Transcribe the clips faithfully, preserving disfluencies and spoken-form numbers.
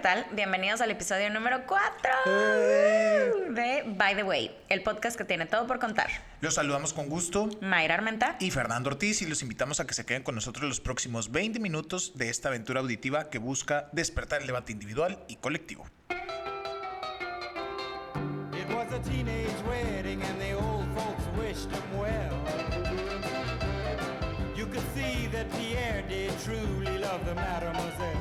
tal? Bienvenidos al episodio número cuatro de By the Way, el podcast que tiene todo por contar. Los saludamos con gusto, Mayra Armenta y Fernando Ortiz, y los invitamos a que se queden con nosotros los próximos veinte minutos de esta aventura auditiva que busca despertar el debate individual y colectivo. It was a teenage wedding and the old folks wished them well. You could see that Pierre did truly love the mademoiselle.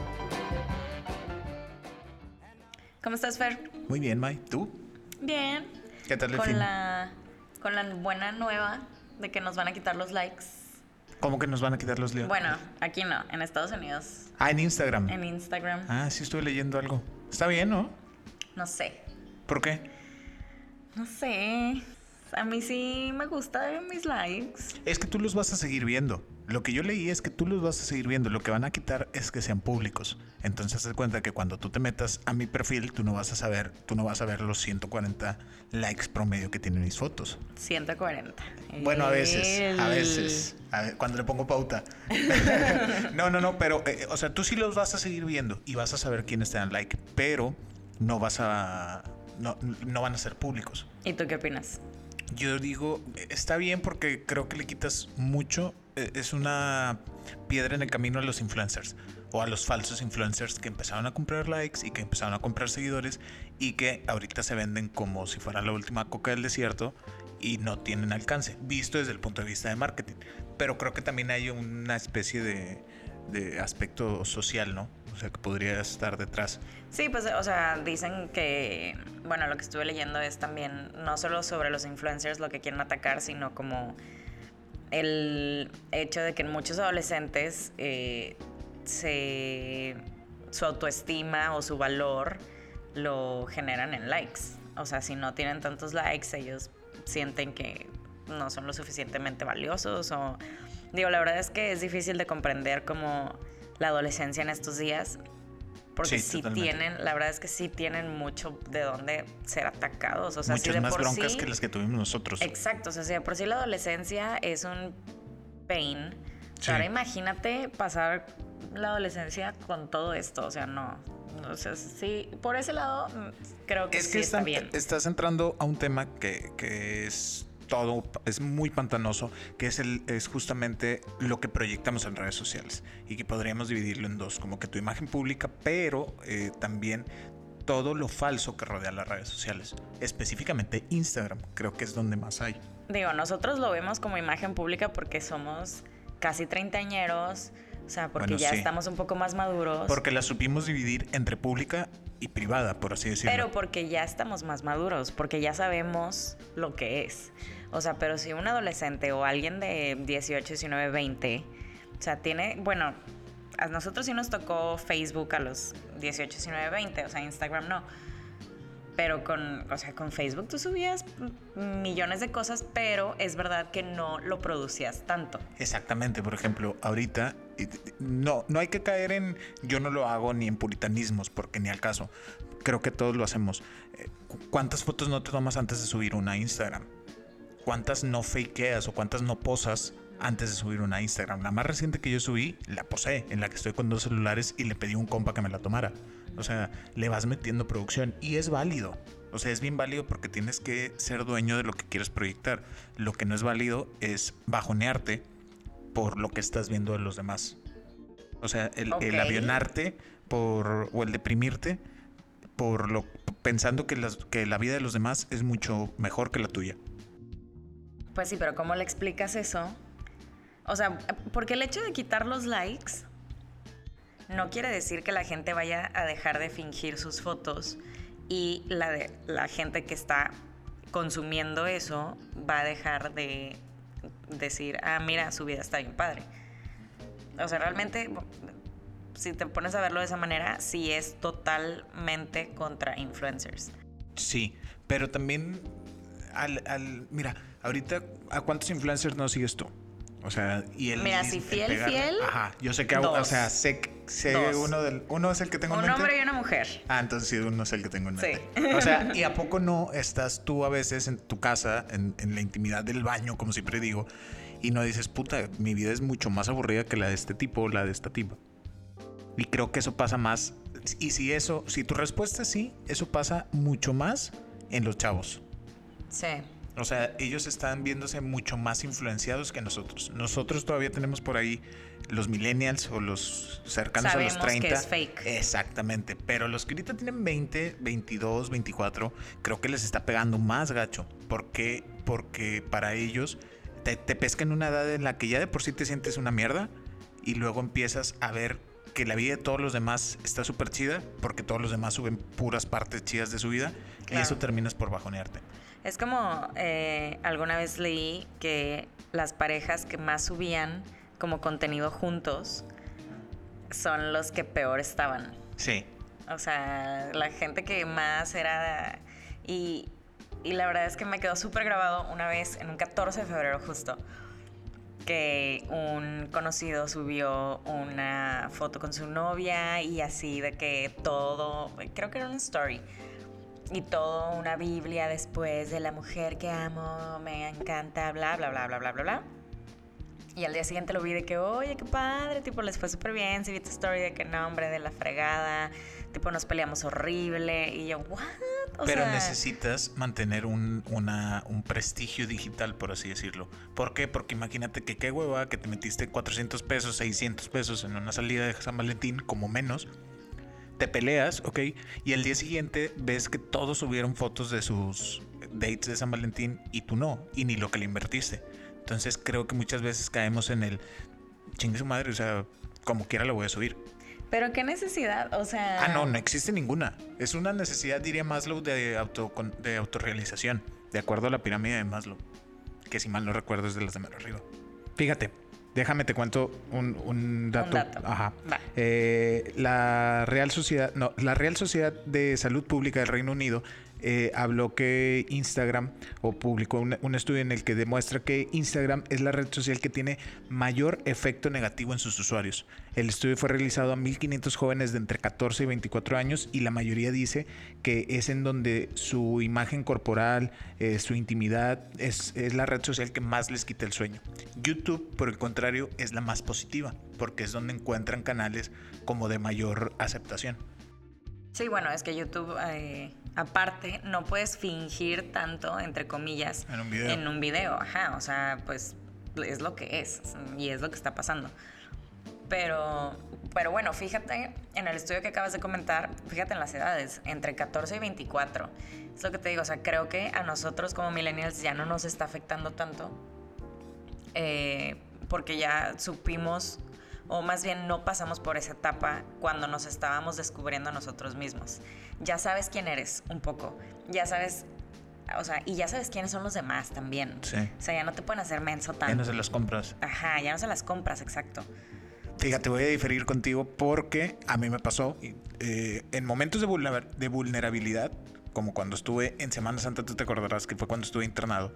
¿Cómo estás, Fer? Muy bien, May. ¿Tú? Bien. ¿Qué tal el con fin? La, con la buena nueva de que nos van a quitar los likes. ¿Cómo que nos van a quitar los likes? Bueno, aquí no, en Estados Unidos. Ah, en Instagram. En Instagram. Ah, sí estuve leyendo algo. Está bien, ¿no? No sé. ¿Por qué? No sé. A mí sí me gustan mis likes. Es que tú los vas a seguir viendo. Lo que yo leí es que tú los vas a seguir viendo. Lo que van a quitar es que sean públicos. Entonces, haz cuenta que cuando tú te metas a mi perfil, tú no vas a saber, tú no vas a ver los ciento cuarenta likes promedio que tienen mis fotos. ciento cuarenta. Bueno, a veces, El... a veces, a ver, cuando le pongo pauta. no, no, no, pero, eh, o sea, tú sí los vas a seguir viendo y vas a saber quiénes te dan like, pero no vas a, no, no van a ser públicos. ¿Y tú qué opinas? Yo digo, está bien porque creo que le quitas mucho. Es una piedra en el camino a los influencers o a los falsos influencers que empezaron a comprar likes y que empezaron a comprar seguidores y que ahorita se venden como si fuera la última coca del desierto y no tienen alcance, visto desde el punto de vista de marketing. Pero creo que también hay una especie de, de aspecto social, ¿no? O sea, que podría estar detrás. Sí, pues, o sea, dicen que, bueno, lo que estuve leyendo es también no solo sobre los influencers lo que quieren atacar, sino como el hecho de que muchos adolescentes eh, se, su autoestima o su valor lo generan en likes. O sea, si no tienen tantos likes, ellos sienten que no son lo suficientemente valiosos o... Digo, la verdad es que es difícil de comprender como la adolescencia en estos días, porque sí, sí tienen, la verdad es que sí tienen mucho de dónde ser atacados. O sea, muchas si de más por broncas sí, que las que tuvimos nosotros. Exacto, o sea, si de por sí la adolescencia es un pain, Sí. ahora imagínate pasar la adolescencia con todo esto, o sea, no. O sea, sí, por ese lado creo que es sí que está están, bien. Estás entrando a un tema que, que es todo, es muy pantanoso, que es, el, es justamente lo que proyectamos en redes sociales y que podríamos dividirlo en dos, como que tu imagen pública, pero eh, también todo lo falso que rodea las redes sociales, específicamente Instagram, creo que es donde más hay. Digo, nosotros lo vemos como imagen pública porque somos casi treintañeros, o sea, porque Bueno, ya sí. estamos un poco más maduros. Porque la supimos dividir entre pública y privada, por así decirlo. Pero porque ya estamos más maduros, porque ya sabemos lo que es. O sea, pero si un adolescente o alguien de dieciocho, diecinueve, veinte, o sea, tiene, bueno, a nosotros sí nos tocó Facebook a los dieciocho, diecinueve, veinte, o sea, Instagram no. Pero con, o sea, con Facebook tú subías millones de cosas, pero es verdad que no lo producías tanto. Exactamente, por ejemplo, ahorita no, no hay que caer en yo no lo hago ni en puritanismos, porque ni al caso. Creo que todos lo hacemos. ¿Cuántas fotos no te tomas antes de subir una a Instagram? ¿Cuántas no fakeas o cuántas no posas antes de subir una a Instagram? La más reciente que yo subí, la posé, en la que estoy con dos celulares y le pedí a un compa que me la tomara. O sea, le vas metiendo producción y es válido. O sea, es bien válido porque tienes que ser dueño de lo que quieres proyectar. Lo que no es válido es bajonearte por lo que estás viendo de los demás. O sea, el, Okay. el avionarte por, o el deprimirte por lo, pensando que, las, que la vida de los demás es mucho mejor que la tuya. Pues sí, pero ¿cómo le explicas eso? O sea, porque el hecho de quitar los likes no quiere decir que la gente vaya a dejar de fingir sus fotos y la, de, la gente que está consumiendo eso va a dejar de decir, ah, mira, su vida está bien padre. O sea, realmente, si te pones a verlo de esa manera, sí es totalmente contra influencers. Sí, pero también, al, al mira, ahorita, ¿a cuántos influencers no sigues tú? O sea, y el Mira, si fiel, pegar, fiel, ajá, yo sé que hago, dos. o sea, sé, sé Dos. uno del uno es el que tengo en Un mente. hombre y una mujer. Ah, entonces sí, uno es el que tengo en mente. Sí. O sea, ¿y a poco no estás tú a veces en tu casa, en, en la intimidad del baño, como siempre digo, y no dices, puta, mi vida es mucho más aburrida que la de este tipo o la de esta tipa? Y creo que eso pasa más Y si eso, si tu respuesta es sí, eso pasa mucho más en los chavos. Sí. O sea, ellos están viéndose mucho más influenciados que nosotros. Nosotros todavía tenemos por ahí los millennials o los cercanos Sabemos a los treinta. que es fake. Exactamente. Pero los que ahorita tienen veinte, veintidós, veinticuatro, creo que les está pegando más gacho. ¿Por qué? Porque para ellos te, te pesca en una edad en la que ya de por sí te sientes una mierda y luego empiezas a ver que la vida de todos los demás está súper chida porque todos los demás suben puras partes chidas de su vida. Claro. Y eso terminas por bajonearte. Es como eh, alguna vez leí que las parejas que más subían como contenido juntos son los que peor estaban. Sí. O sea, la gente que más era... Y, y la verdad es que me quedó súper grabado una vez, en un catorce de febrero justo, que un conocido subió una foto con su novia y así de que todo... Creo que era una story. Y todo una Biblia después de la mujer que amo, me encanta, bla, bla, bla, bla, bla, bla, bla. Y al día siguiente lo vi de que, oye, qué padre, tipo, les fue súper bien. Si vi tu story de que no, hombre, de la fregada, tipo, nos peleamos horrible. Y yo, ¿what? O Pero sea, necesitas mantener un, una, un prestigio digital, por así decirlo. ¿Por qué? Porque imagínate que qué hueva que te metiste cuatrocientos pesos, seiscientos pesos en una salida de San Valentín, como menos. Te peleas, ¿ok? Y al día siguiente ves que todos subieron fotos de sus dates de San Valentín y tú no, y ni lo que le invertiste. Entonces creo que muchas veces caemos en el chingue su madre, o sea, como quiera lo voy a subir. Pero qué necesidad, o sea... Ah, no, no existe ninguna. Es una necesidad, diría Maslow, de, auto, de autorrealización, de acuerdo a la pirámide de Maslow, que si mal no recuerdo es de las de mero arriba. Fíjate. Déjame te cuento un, un dato. Un dato. Ajá. Eh, la Real Sociedad, no, la Real Sociedad de Salud Pública del Reino Unido eh, habló que Instagram o publicó un, un estudio en el que demuestra que Instagram es la red social que tiene mayor efecto negativo en sus usuarios. El estudio fue realizado a mil quinientos jóvenes de entre catorce y veinticuatro años y la mayoría dice que es en donde su imagen corporal, eh, su intimidad, es, es la red social que más les quita el sueño. YouTube, por el contrario, es la más positiva porque es donde encuentran canales como de mayor aceptación. Sí, bueno, es que YouTube, eh, aparte, no puedes fingir tanto, entre comillas, en un video. En un video, ajá, o sea, pues es lo que es y es lo que está pasando. Pero, pero bueno, fíjate en el estudio que acabas de comentar, fíjate en las edades, entre catorce y veinticuatro. Es lo que te digo, o sea, creo que a nosotros como millennials ya no nos está afectando tanto eh, porque ya supimos... o más bien no pasamos por esa etapa cuando nos estábamos descubriendo a nosotros mismos. Ya sabes quién eres un poco, ya sabes, o sea, y ya sabes quiénes son los demás también. Sí. O sea, ya no te pueden hacer menso tanto. Ya no se las compras. Ajá, ya no se las compras, exacto. Fíjate, voy a diferir contigo porque a mí me pasó eh, en momentos de, vulner- de vulnerabilidad, como cuando estuve en Semana Santa, tú te acordarás que fue cuando estuve internado.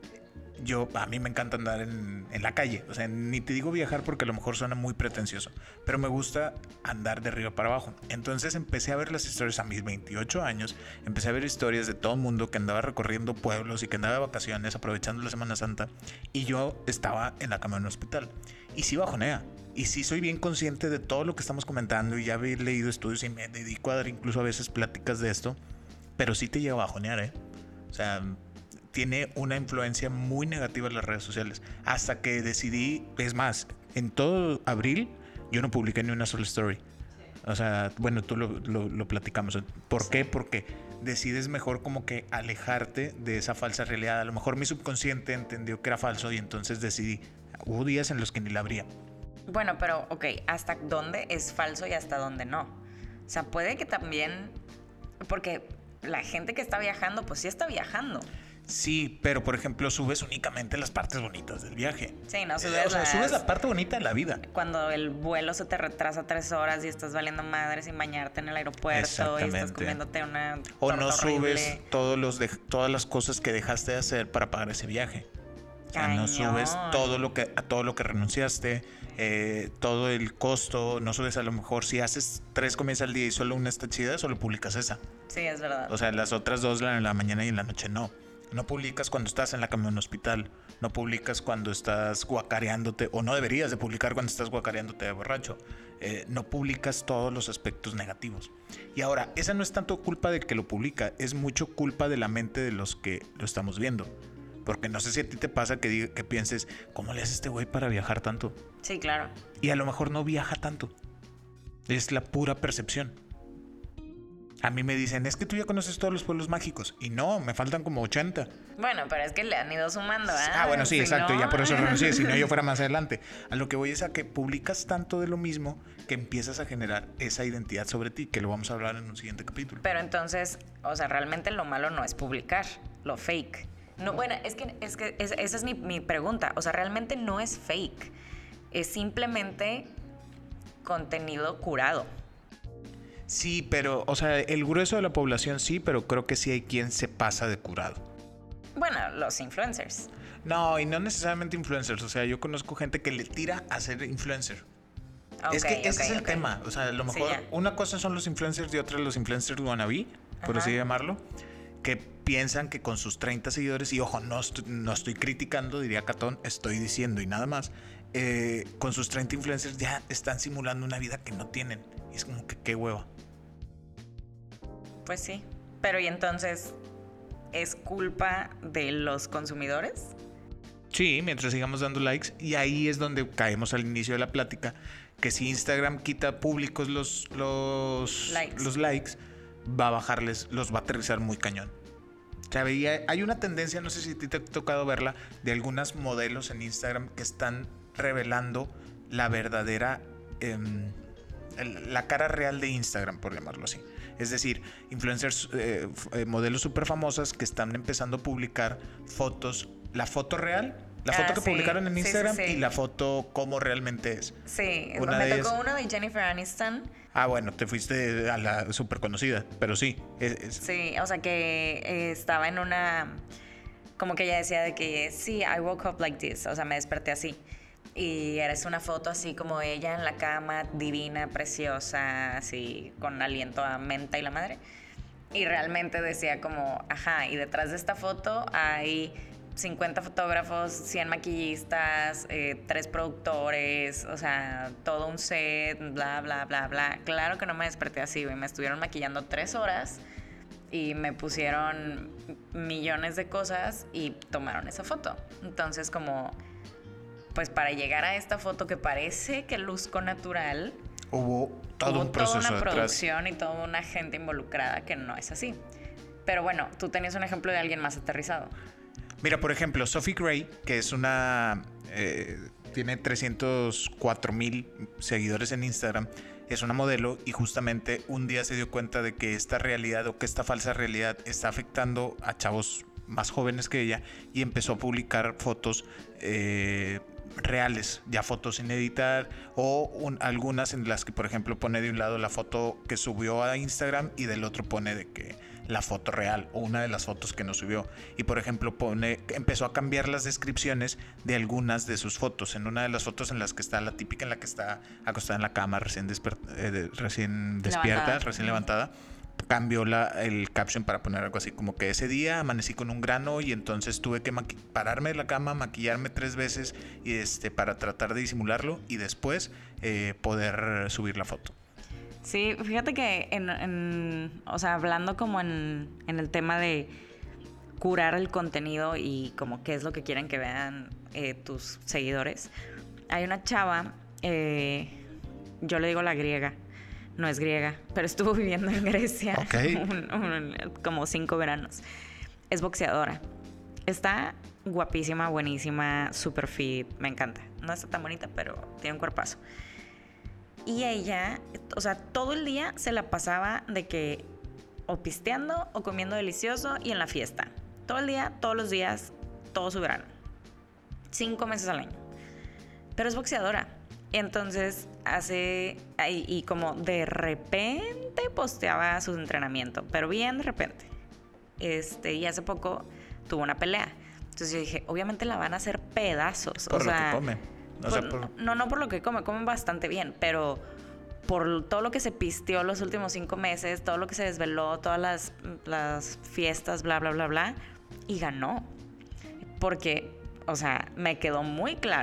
Yo, a mí me encanta andar en, en la calle. O sea, ni te digo viajar porque a lo mejor suena muy pretencioso, pero me gusta andar de arriba para abajo. Entonces empecé a ver las historias a mis veintiocho años. Empecé a ver historias de todo el mundo que andaba recorriendo pueblos y que andaba de vacaciones aprovechando la Semana Santa. Y yo estaba en la cama de un hospital. Y sí bajonea. Y sí soy bien consciente de todo lo que estamos comentando. Y ya he leído estudios y me dedico a dar incluso a veces pláticas de esto. Pero sí te llega a bajonear, ¿eh? O sea... tiene una influencia muy negativa en las redes sociales. Hasta que decidí, es más, en todo abril yo no publiqué ni una sola story. O sea, bueno, tú lo, lo, lo platicamos. ¿Por qué? Porque decides mejor como que alejarte de esa falsa realidad. A lo mejor mi subconsciente entendió que era falso y entonces decidí. Hubo días en los que ni la abría. Bueno, pero ok, ¿hasta dónde es falso y hasta dónde no? O sea, puede que también... Porque la gente que está viajando, pues sí está viajando. Sí, pero por ejemplo subes únicamente las partes bonitas del viaje. Sí, no subes, eh, o sea, las... subes la parte bonita de la vida. Cuando el vuelo se te retrasa tres horas y estás valiendo madre sin bañarte en el aeropuerto y estás comiéndote una o no horrible. Subes todos los de, todas las cosas que dejaste de hacer para pagar ese viaje. O sea, no subes todo lo que a todo lo que renunciaste, eh, todo el costo. No subes, a lo mejor si haces tres comidas al día y solo una está chida, solo publicas esa. Sí, es verdad. O sea, las otras dos en la mañana y en la noche no. No publicas cuando estás en la cama de un hospital. No publicas cuando estás guacareándote. O no deberías de publicar cuando estás guacareándote de borracho. eh, no publicas todos los aspectos negativos. Y ahora, esa no es tanto culpa del que lo publica, es mucho culpa de la mente de los que lo estamos viendo. Porque no sé si a ti te pasa que, diga, que pienses, ¿cómo le hace este güey para viajar tanto? Sí, claro. Y a lo mejor no viaja tanto. Es la pura percepción. A mí me dicen, es que tú ya conoces todos los pueblos mágicos. Y no, me faltan como ochenta. Bueno, pero es que le han ido sumando, ¿eh? Ah, bueno, sí, Si exacto, no... ya por eso renuncié, si no yo fuera más adelante. A lo que voy es a que publicas tanto de lo mismo que empiezas a generar esa identidad sobre ti, que lo vamos a hablar en un siguiente capítulo. Pero entonces, o sea, realmente lo malo no es publicar, lo fake. No, bueno, es que, es que es, esa es mi, mi pregunta. O sea, realmente no es fake. Es simplemente contenido curado. Sí, pero, o sea, el grueso de la población sí, pero creo que sí hay quien se pasa de curado. Bueno, los influencers. No, y no necesariamente influencers. O sea, yo conozco gente que le tira a ser influencer. Okay, es que ese okay, es el okay. tema. O sea, a lo Sí, mejor ya. una cosa son los influencers y otra los influencers wannabe, por Ajá. así llamarlo, que piensan que con sus treinta seguidores, y ojo, no estoy, no estoy criticando, diría Catón, estoy diciendo y nada más, eh, con sus treinta influencers ya están simulando una vida que no tienen. Y es como que qué hueva. Pues sí. Pero ¿y entonces es culpa de los consumidores? Sí, mientras sigamos dando likes. Y ahí es donde caemos al inicio de la plática, que si Instagram quita públicos los, los, Likes. los likes, va a bajarles, los va a aterrizar muy cañón. O sea, veía- hay una tendencia, no sé si a ti te ha tocado verla, de algunas modelos en Instagram que están revelando la verdadera, em, el- la cara real de Instagram, por llamarlo así. Es decir, influencers, eh, f- eh, modelos súper famosas que están empezando a publicar fotos, la foto real, la Ah, foto que sí. publicaron en Sí, sí, Instagram sí. y la foto como realmente es. Sí, Una me de tocó ellas- una de Jennifer Aniston. Ah, bueno, te fuiste a la súper conocida, pero sí. Es, es- Sí, o sea que eh, estaba en una... Como que ella decía de que sí, I woke up like this, o sea, me desperté así. Y era una foto así como ella en la cama, divina, preciosa, así con aliento a menta y la madre. Y realmente decía como, ajá, y detrás de esta foto hay cincuenta fotógrafos, cien maquillistas, eh, tres productores, o sea, todo un set, bla, bla, bla, bla. Claro que no me desperté así, güey. Me estuvieron maquillando tres horas y me pusieron millones de cosas y tomaron esa foto. Entonces, como, pues para llegar a esta foto que parece que luzco natural, hubo todo hubo un proceso toda una detrás. producción y toda una gente involucrada que no es así. Pero bueno, tú tenías un ejemplo de alguien más aterrizado. Mira, por ejemplo, Sophie Gray, que es una... eh, tiene trescientos cuatro mil seguidores en Instagram, es una modelo y justamente un día se dio cuenta de que esta realidad o que esta falsa realidad está afectando a chavos más jóvenes que ella y empezó a publicar fotos eh, reales, ya fotos sin editar o un- algunas en las que, por ejemplo, pone de un lado la foto que subió a Instagram y del otro pone de que la foto real o una de las fotos que nos subió. Y por ejemplo pone, empezó a cambiar las descripciones de algunas de sus fotos. En una de las fotos en las que está la típica, en la que está acostada en la cama recién, desper- eh, de- recién despierta, Levantada. recién Ujú. levantada, cambió la, el caption para poner algo así como que ese día amanecí con un grano y entonces tuve que maqui- pararme de la cama, maquillarme tres veces y este, para tratar de disimularlo y después eh, poder subir la foto. Sí, fíjate que en, en- o sea, hablando como en, en el tema de curar el contenido y como qué es lo que quieren que vean eh, tus seguidores, hay una chava, eh, yo le digo la griega, no es griega, pero estuvo viviendo en Grecia Ok. un- un- como cinco veranos. Es boxeadora. Está guapísima, buenísima, super fit, me encanta. No está tan bonita, pero tiene un cuerpazo. Y ella, o sea, todo el día se la pasaba de que o pisteando o comiendo delicioso y en la fiesta. Todo el día, todos los días, todo su verano. Cinco meses al año. Pero es boxeadora. Entonces hace, y, y como de repente posteaba su entrenamiento, pero bien de repente. Este, y hace poco tuvo una pelea. Entonces yo dije, obviamente la van a hacer pedazos. Por o lo sea, que come. O por- sea, por- No, no por lo que come, comen bastante bien, pero por todo lo que se pisteó los últimos cinco meses, todo lo que se desveló, todas las, las fiestas, bla, bla, bla, bla, y ganó. Porque, o sea, me quedó muy claro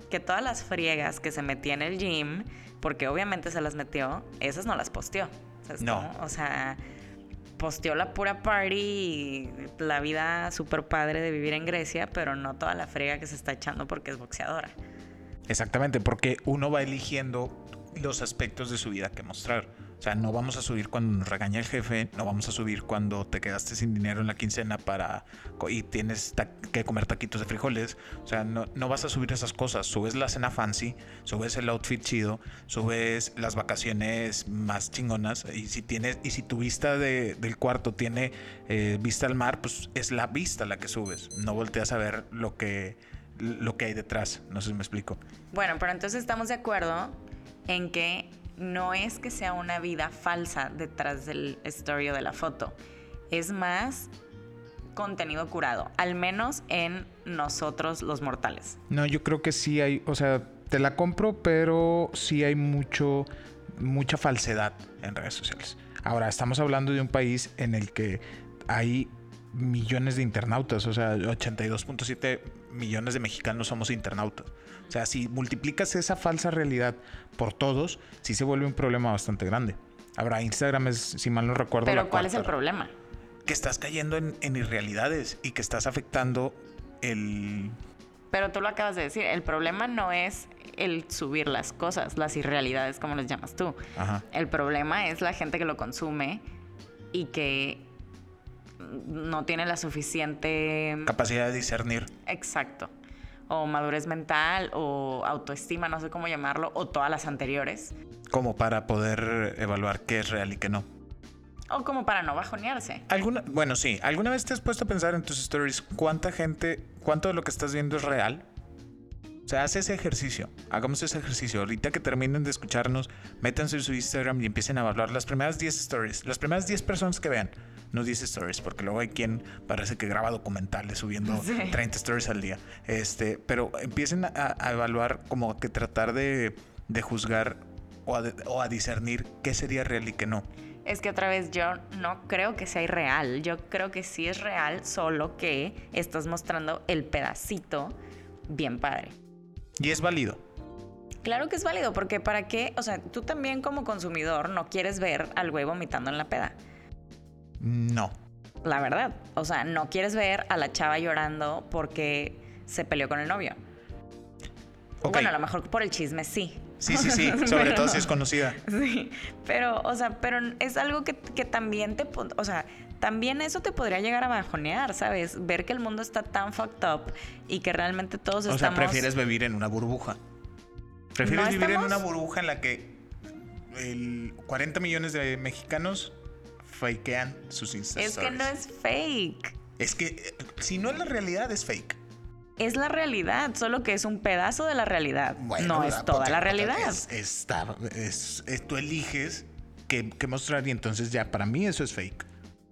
que todas las friegas que se metía en el gym, porque obviamente se las metió, esas no las posteó. ¿Sabes No. cómo? O sea, posteó la pura party y la vida súper padre de vivir en Grecia, pero no toda la friega que se está echando porque es boxeadora. Exactamente, porque uno va eligiendo los aspectos de su vida que mostrar. O sea, no vamos a subir cuando nos regaña el jefe, no vamos a subir cuando te quedaste sin dinero en la quincena para y tienes ta- que comer taquitos de frijoles. O sea, no, no vas a subir esas cosas. Subes la cena fancy, subes el outfit chido, subes las vacaciones más chingonas. Y si tienes, y si tu vista de, del cuarto tiene eh, vista al mar, pues es la vista la que subes. No volteas a ver lo que, lo que hay detrás. No sé si me explico. Bueno, pero entonces estamos de acuerdo en que no es que sea una vida falsa detrás del story o de la foto. Es más contenido curado, al menos en nosotros los mortales. No, yo creo que sí hay, o sea, te la compro, pero sí hay mucho, mucha falsedad en redes sociales. Ahora, estamos hablando de un país en el que hay millones de internautas, o sea, ochenta y dos punto siete millones de mexicanos somos internautas. O sea, si multiplicas esa falsa realidad por todos, sí se vuelve un problema bastante grande. Ahora, Instagram es, si mal no recuerdo, Pero la ¿cuál es cuarta. el problema? Que estás cayendo en, en irrealidades y que estás afectando el... Pero tú lo acabas de decir, el problema no es el subir las cosas, las irrealidades, como les llamas tú. Ajá. El problema es la gente que lo consume y que no tiene la suficiente... Capacidad de discernir. Exacto. O madurez mental, o autoestima, no sé cómo llamarlo, o todas las anteriores. Como para poder evaluar qué es real y qué no. O como para no bajonearse. ¿Alguna, bueno, sí. ¿Alguna vez te has puesto a pensar en tus stories cuánta gente, cuánto de lo que estás viendo es real? O sea, haz ese ejercicio. Hagamos ese ejercicio. Ahorita que terminen de escucharnos, métanse en su Instagram y empiecen a evaluar las primeras diez stories. Las primeras diez personas que vean. No diez stories, porque luego hay quien parece que graba documentales subiendo Sí. treinta stories al día. Este, pero empiecen a, a evaluar, como que tratar de, de juzgar o a, de- o a discernir qué sería real y qué no. Es que otra vez yo no creo que sea irreal. Yo creo que sí es real, solo que estás mostrando el pedacito bien padre. Y es válido. Claro que es válido, porque ¿para qué? O sea, tú también como consumidor no quieres ver al güey vomitando en la peda. No. La verdad. O sea, no quieres ver a la chava llorando porque se peleó con el novio. Ok. Bueno, a lo mejor por el chisme sí. Sí, sí, sí. Sobre Pero- todo si es conocida. Sí, pero, o sea, pero es algo que, que también te... pon- O sea, también eso te podría llegar a bajonear, ¿sabes? Ver que el mundo está tan fucked up y que realmente todos O sea, estamos... prefieres vivir en una burbuja. Prefieres ¿No vivir en estamos? una burbuja en la que el cuarenta millones de mexicanos fakean sus Insta Es que stories. no es fake. Es que eh, si no es la realidad, es fake. Es la realidad, solo que es un pedazo de la realidad. Bueno, no ¿verdad? es toda Porque- la porque realidad. Es, está- es- es- tú eliges qué, qué mostrar y entonces ya para mí eso es fake.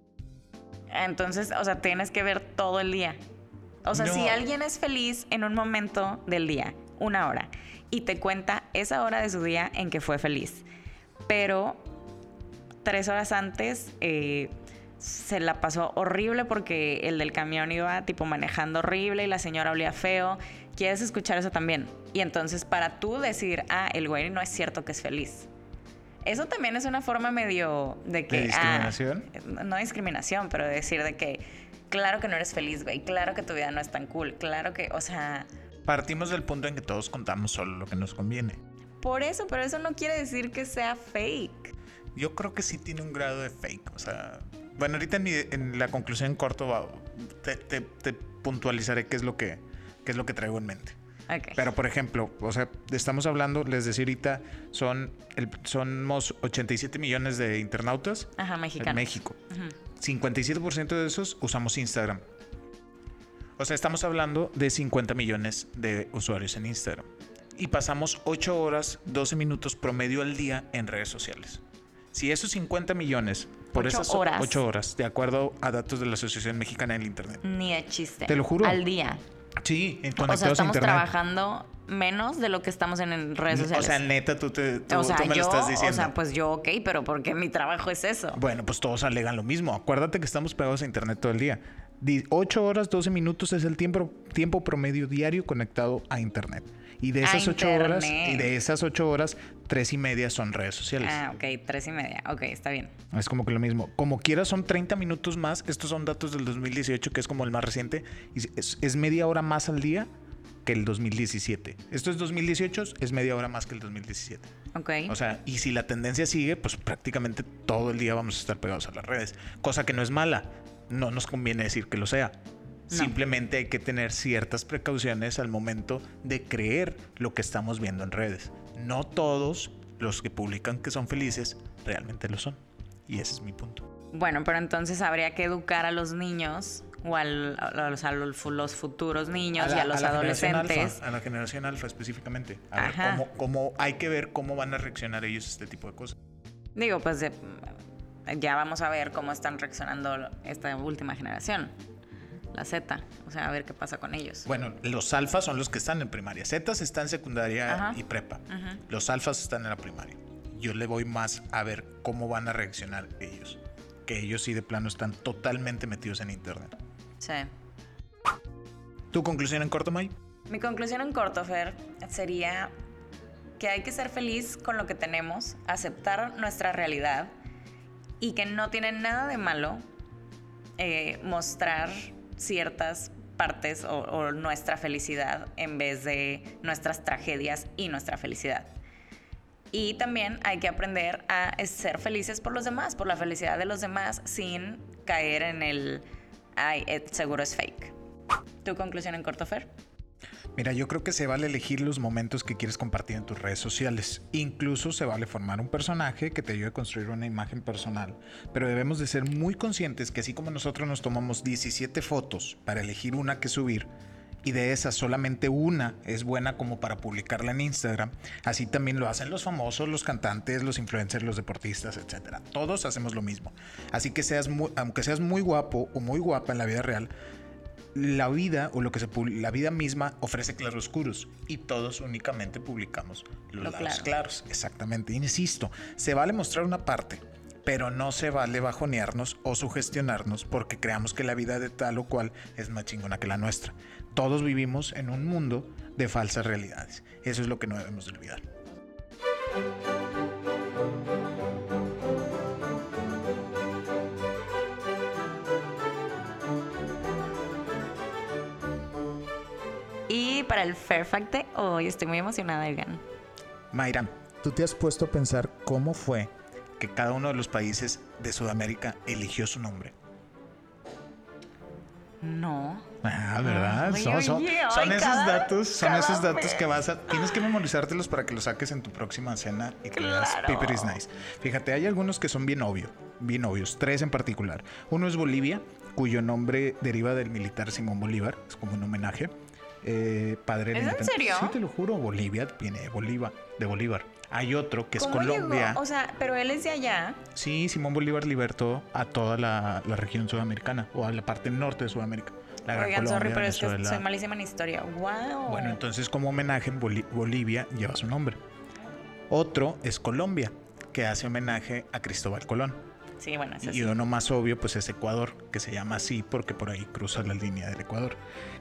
Entonces, o sea, tienes que ver todo el día. O sea, No. si alguien es feliz en un momento del día, una hora, y te cuenta esa hora de su día en que fue feliz, pero tres horas antes eh, se la pasó horrible porque el del camión iba tipo manejando horrible y la señora olía feo, quieres escuchar eso también. Y entonces para tú decir, ah, el güey no es cierto que es feliz. Eso también es una forma medio de que... ¿De discriminación? Ah, no discriminación, pero de decir de que claro que no eres feliz, güey, claro que tu vida no es tan cool, claro que, o sea... Partimos del punto en que todos contamos solo lo que nos conviene. Por eso, pero eso no quiere decir que sea fake. Yo creo que sí tiene un grado de fake. O sea, bueno, ahorita en, mi- en la conclusión en corto va- te, te- te puntualizaré qué es lo que, qué es lo que traigo en mente. Ok. Pero, por ejemplo, o sea, estamos hablando, les decía ahorita, son el, somos ochenta y siete millones de internautas Ajá, mexicano. en México. Ujú. cincuenta y siete por ciento de esos usamos Instagram. O sea, estamos hablando de cincuenta millones de usuarios en Instagram. Y pasamos ocho horas, doce minutos promedio al día en redes sociales. Si esos cincuenta millones por Ocho esas horas. ocho horas, de acuerdo a datos de la Asociación Mexicana del Internet. Ni de chiste. Te lo juro. Al día. Sí, en O sea, conectados a estamos Internet. trabajando menos de lo que estamos en, en redes sociales. O sea, neta, tú, te, tú, O sea, tú me yo, lo estás diciendo. o sea, pues yo, ok, pero porque mi trabajo es eso. Bueno, pues todos alegan lo mismo. Acuérdate que estamos pegados a Internet todo el día. Di- ocho horas, doce minutos es el tiempo, tiempo promedio diario conectado a Internet. Y de Ah, esas ocho horas, internet. y de esas ocho horas, tres y media son redes sociales. Ah, ok, tres y media. Ok, está bien. Es como que lo mismo. Como quiera son treinta minutos más. Estos son datos del dos mil dieciocho, que es como el más reciente. Y es, es media hora más al día que el dos mil diecisiete. Esto es dos mil dieciocho, es media hora más que el dos mil diecisiete. Ok. O sea, y si la tendencia sigue, pues prácticamente todo el día vamos a estar pegados a las redes. Cosa que no es mala. No nos conviene decir que lo sea. No. Simplemente hay que tener ciertas precauciones al momento de creer lo que estamos viendo en redes. No todos los que publican que son felices realmente lo son. Y ese es mi punto. Bueno, pero entonces habría que educar a los niños o al- a, los, a los los futuros niños la- y a los la generación adolescentes. alfa, a la generación alfa específicamente. A ver Ajá. cómo, cómo hay que ver cómo van a reaccionar ellos a este tipo de cosas. Digo, pues de- ya vamos a ver cómo están reaccionando esta última generación, la Z. O sea, a ver qué pasa con ellos. Bueno, los alfas son los que están en primaria. Zetas están en secundaria Ajá. y prepa. Ajá. Los alfas están en la primaria. Yo le voy más a ver cómo van a reaccionar ellos. Que ellos sí de plano están totalmente metidos en internet. Sí. ¿Tu conclusión en corto, May? Mi conclusión en corto, Fer, sería que hay que ser feliz con lo que tenemos, aceptar nuestra realidad y que no tiene nada de malo eh, mostrar ciertas partes o, o nuestra felicidad en vez de nuestras tragedias y nuestra felicidad. Y también hay que aprender a ser felices por los demás, por la felicidad de los demás, sin caer en el, ay, eh, seguro es fake. ¿Tu conclusión en corto, Fer? Mira, yo creo que se vale elegir los momentos que quieres compartir en tus redes sociales. Incluso se vale formar un personaje que te ayude a construir una imagen personal. Pero debemos de ser muy conscientes que así como nosotros nos tomamos diecisiete fotos para elegir una que subir, y de esas solamente una es buena como para publicarla en Instagram, así también lo hacen los famosos, los cantantes, los influencers, los deportistas, etcétera. Todos hacemos lo mismo. Así que seas muy, aunque seas muy guapo o muy guapa en la vida real, la vida o lo que se publica, la vida misma ofrece claroscuros y todos únicamente publicamos los Lo lados claro. claros. Exactamente. Insisto, se vale mostrar una parte, pero no se vale bajonearnos o sugestionarnos porque creamos que la vida de tal o cual es más chingona que la nuestra. Todos vivimos en un mundo de falsas realidades. Eso es lo que no debemos de olvidar. Y para el Fair Fact de hoy, estoy muy emocionada, Edgan. Mayra, ¿tú te has puesto a pensar cómo fue que cada uno de los países de Sudamérica eligió su nombre? No. Ah, ¿verdad? Ay, son son- oye, son ay, esos cada- datos, son cada esos datos vez. que vas a... Tienes que memorizártelos para que los saques en tu próxima cena y que veas Claro. Paper is Nice. Fíjate, hay algunos que son bien obvios, bien obvios, tres en particular. Uno es Bolivia, cuyo nombre deriva del militar Simón Bolívar, es como un homenaje. Eh, padre de ¿Es la en independ- serio? Sí, te lo juro, Bolivia viene de Bolívar, de Bolívar. Hay otro que es ¿Cómo Colombia. llegó? O sea, pero él es de allá. Sí, Simón Bolívar libertó a toda la, la región sudamericana o a la parte norte de Sudamérica. La gran Oigan, sorry, Colombia, pero es que Venezuela. soy malísima en historia. Wow. Bueno, entonces como homenaje en Boli- Bolivia lleva su nombre. Otro es Colombia, que hace homenaje a Cristóbal Colón. Sí, bueno, ese Y sí. uno más obvio pues es Ecuador, que se llama así porque por ahí cruza la línea del Ecuador.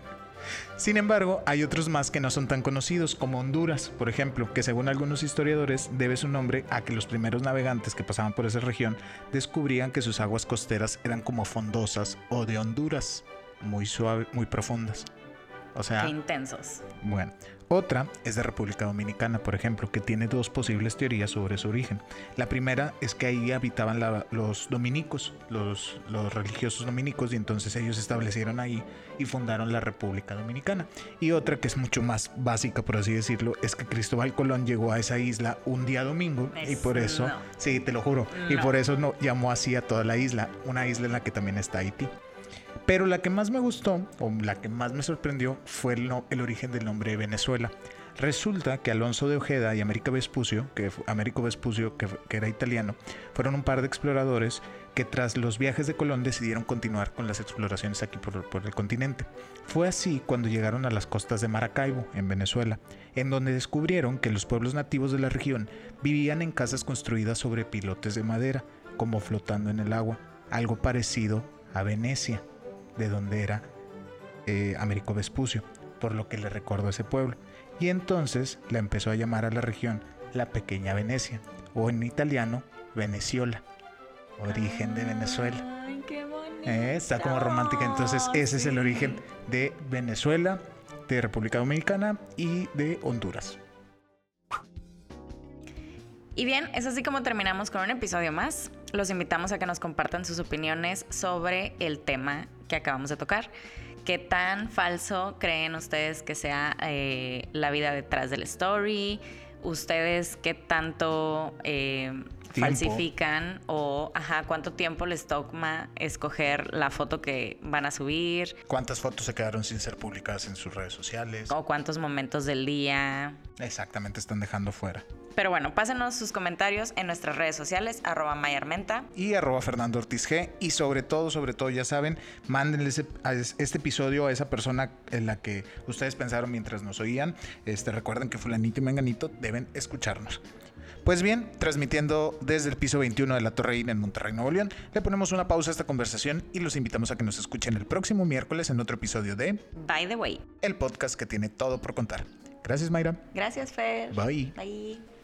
Sin embargo, hay otros más que no son tan conocidos, como Honduras, por ejemplo, que según algunos historiadores debe su nombre a que los primeros navegantes que pasaban por esa región descubrían que sus aguas costeras eran como fondosas o de Honduras, muy suaves, muy profundas. O sea, Qué intensos. bueno, otra es de República Dominicana, por ejemplo, que tiene dos posibles teorías sobre su origen. La primera es que ahí habitaban la- los dominicos, los, los religiosos dominicos, y entonces ellos se establecieron ahí y fundaron la República Dominicana. Y otra, que es mucho más básica, por así decirlo, es que Cristóbal Colón llegó a esa isla un día domingo y Es- por eso, no. sí, te lo juro, y No. por eso no, llamó así a toda la isla, una isla en la que también está Haití. Pero la que más me gustó, o la que más me sorprendió, fue el, no- el origen del nombre de Venezuela. Resulta que Alonso de Ojeda y Américo Vespucio, que, fu- Américo Vespucio, que, fu- que era italiano, fueron un par de exploradores que tras los viajes de Colón decidieron continuar con las exploraciones aquí por, por el continente. Fue así cuando llegaron a las costas de Maracaibo, en Venezuela, en donde descubrieron que los pueblos nativos de la región vivían en casas construidas sobre pilotes de madera, como flotando en el agua, algo parecido a Venecia, de donde era eh, Américo Vespucio, por lo que le recordó a ese pueblo. y entonces la empezó a llamar a la región la Pequeña Venecia, o en italiano, Veneciola, origen de Venezuela. Ay, qué bonito. Eh, está como romántica, entonces ese es el Sí. origen de Venezuela, de República Dominicana y de Honduras. Y bien, es así como terminamos con un episodio más. Los invitamos a que nos compartan sus opiniones sobre el tema que acabamos de tocar. ¿Qué tan falso creen ustedes que sea eh, la vida detrás del story? ¿Ustedes qué tanto eh, falsifican? O ajá, ¿cuánto tiempo les toma escoger la foto que van a subir? ¿Cuántas fotos se quedaron sin ser publicadas en sus redes sociales? ¿O cuántos momentos del día? Exactamente, están dejando fuera. Pero bueno, pásenos sus comentarios en nuestras redes sociales, arroba mayarmenta. Y arroba Fernando Ortiz G. Y sobre todo, sobre todo, ya saben, mándenle ese- a es- este episodio a esa persona en la que ustedes pensaron mientras nos oían. Este, recuerden que fulanito y menganito deben escucharnos. Pues bien, transmitiendo desde el piso veintiuno de la Torre Reina en Monterrey, Nuevo León, le ponemos una pausa a esta conversación y los invitamos a que nos escuchen el próximo miércoles en otro episodio de By the way. El Podcast que tiene todo por contar. Gracias, Mayra. Gracias, Fer. Bye. Bye.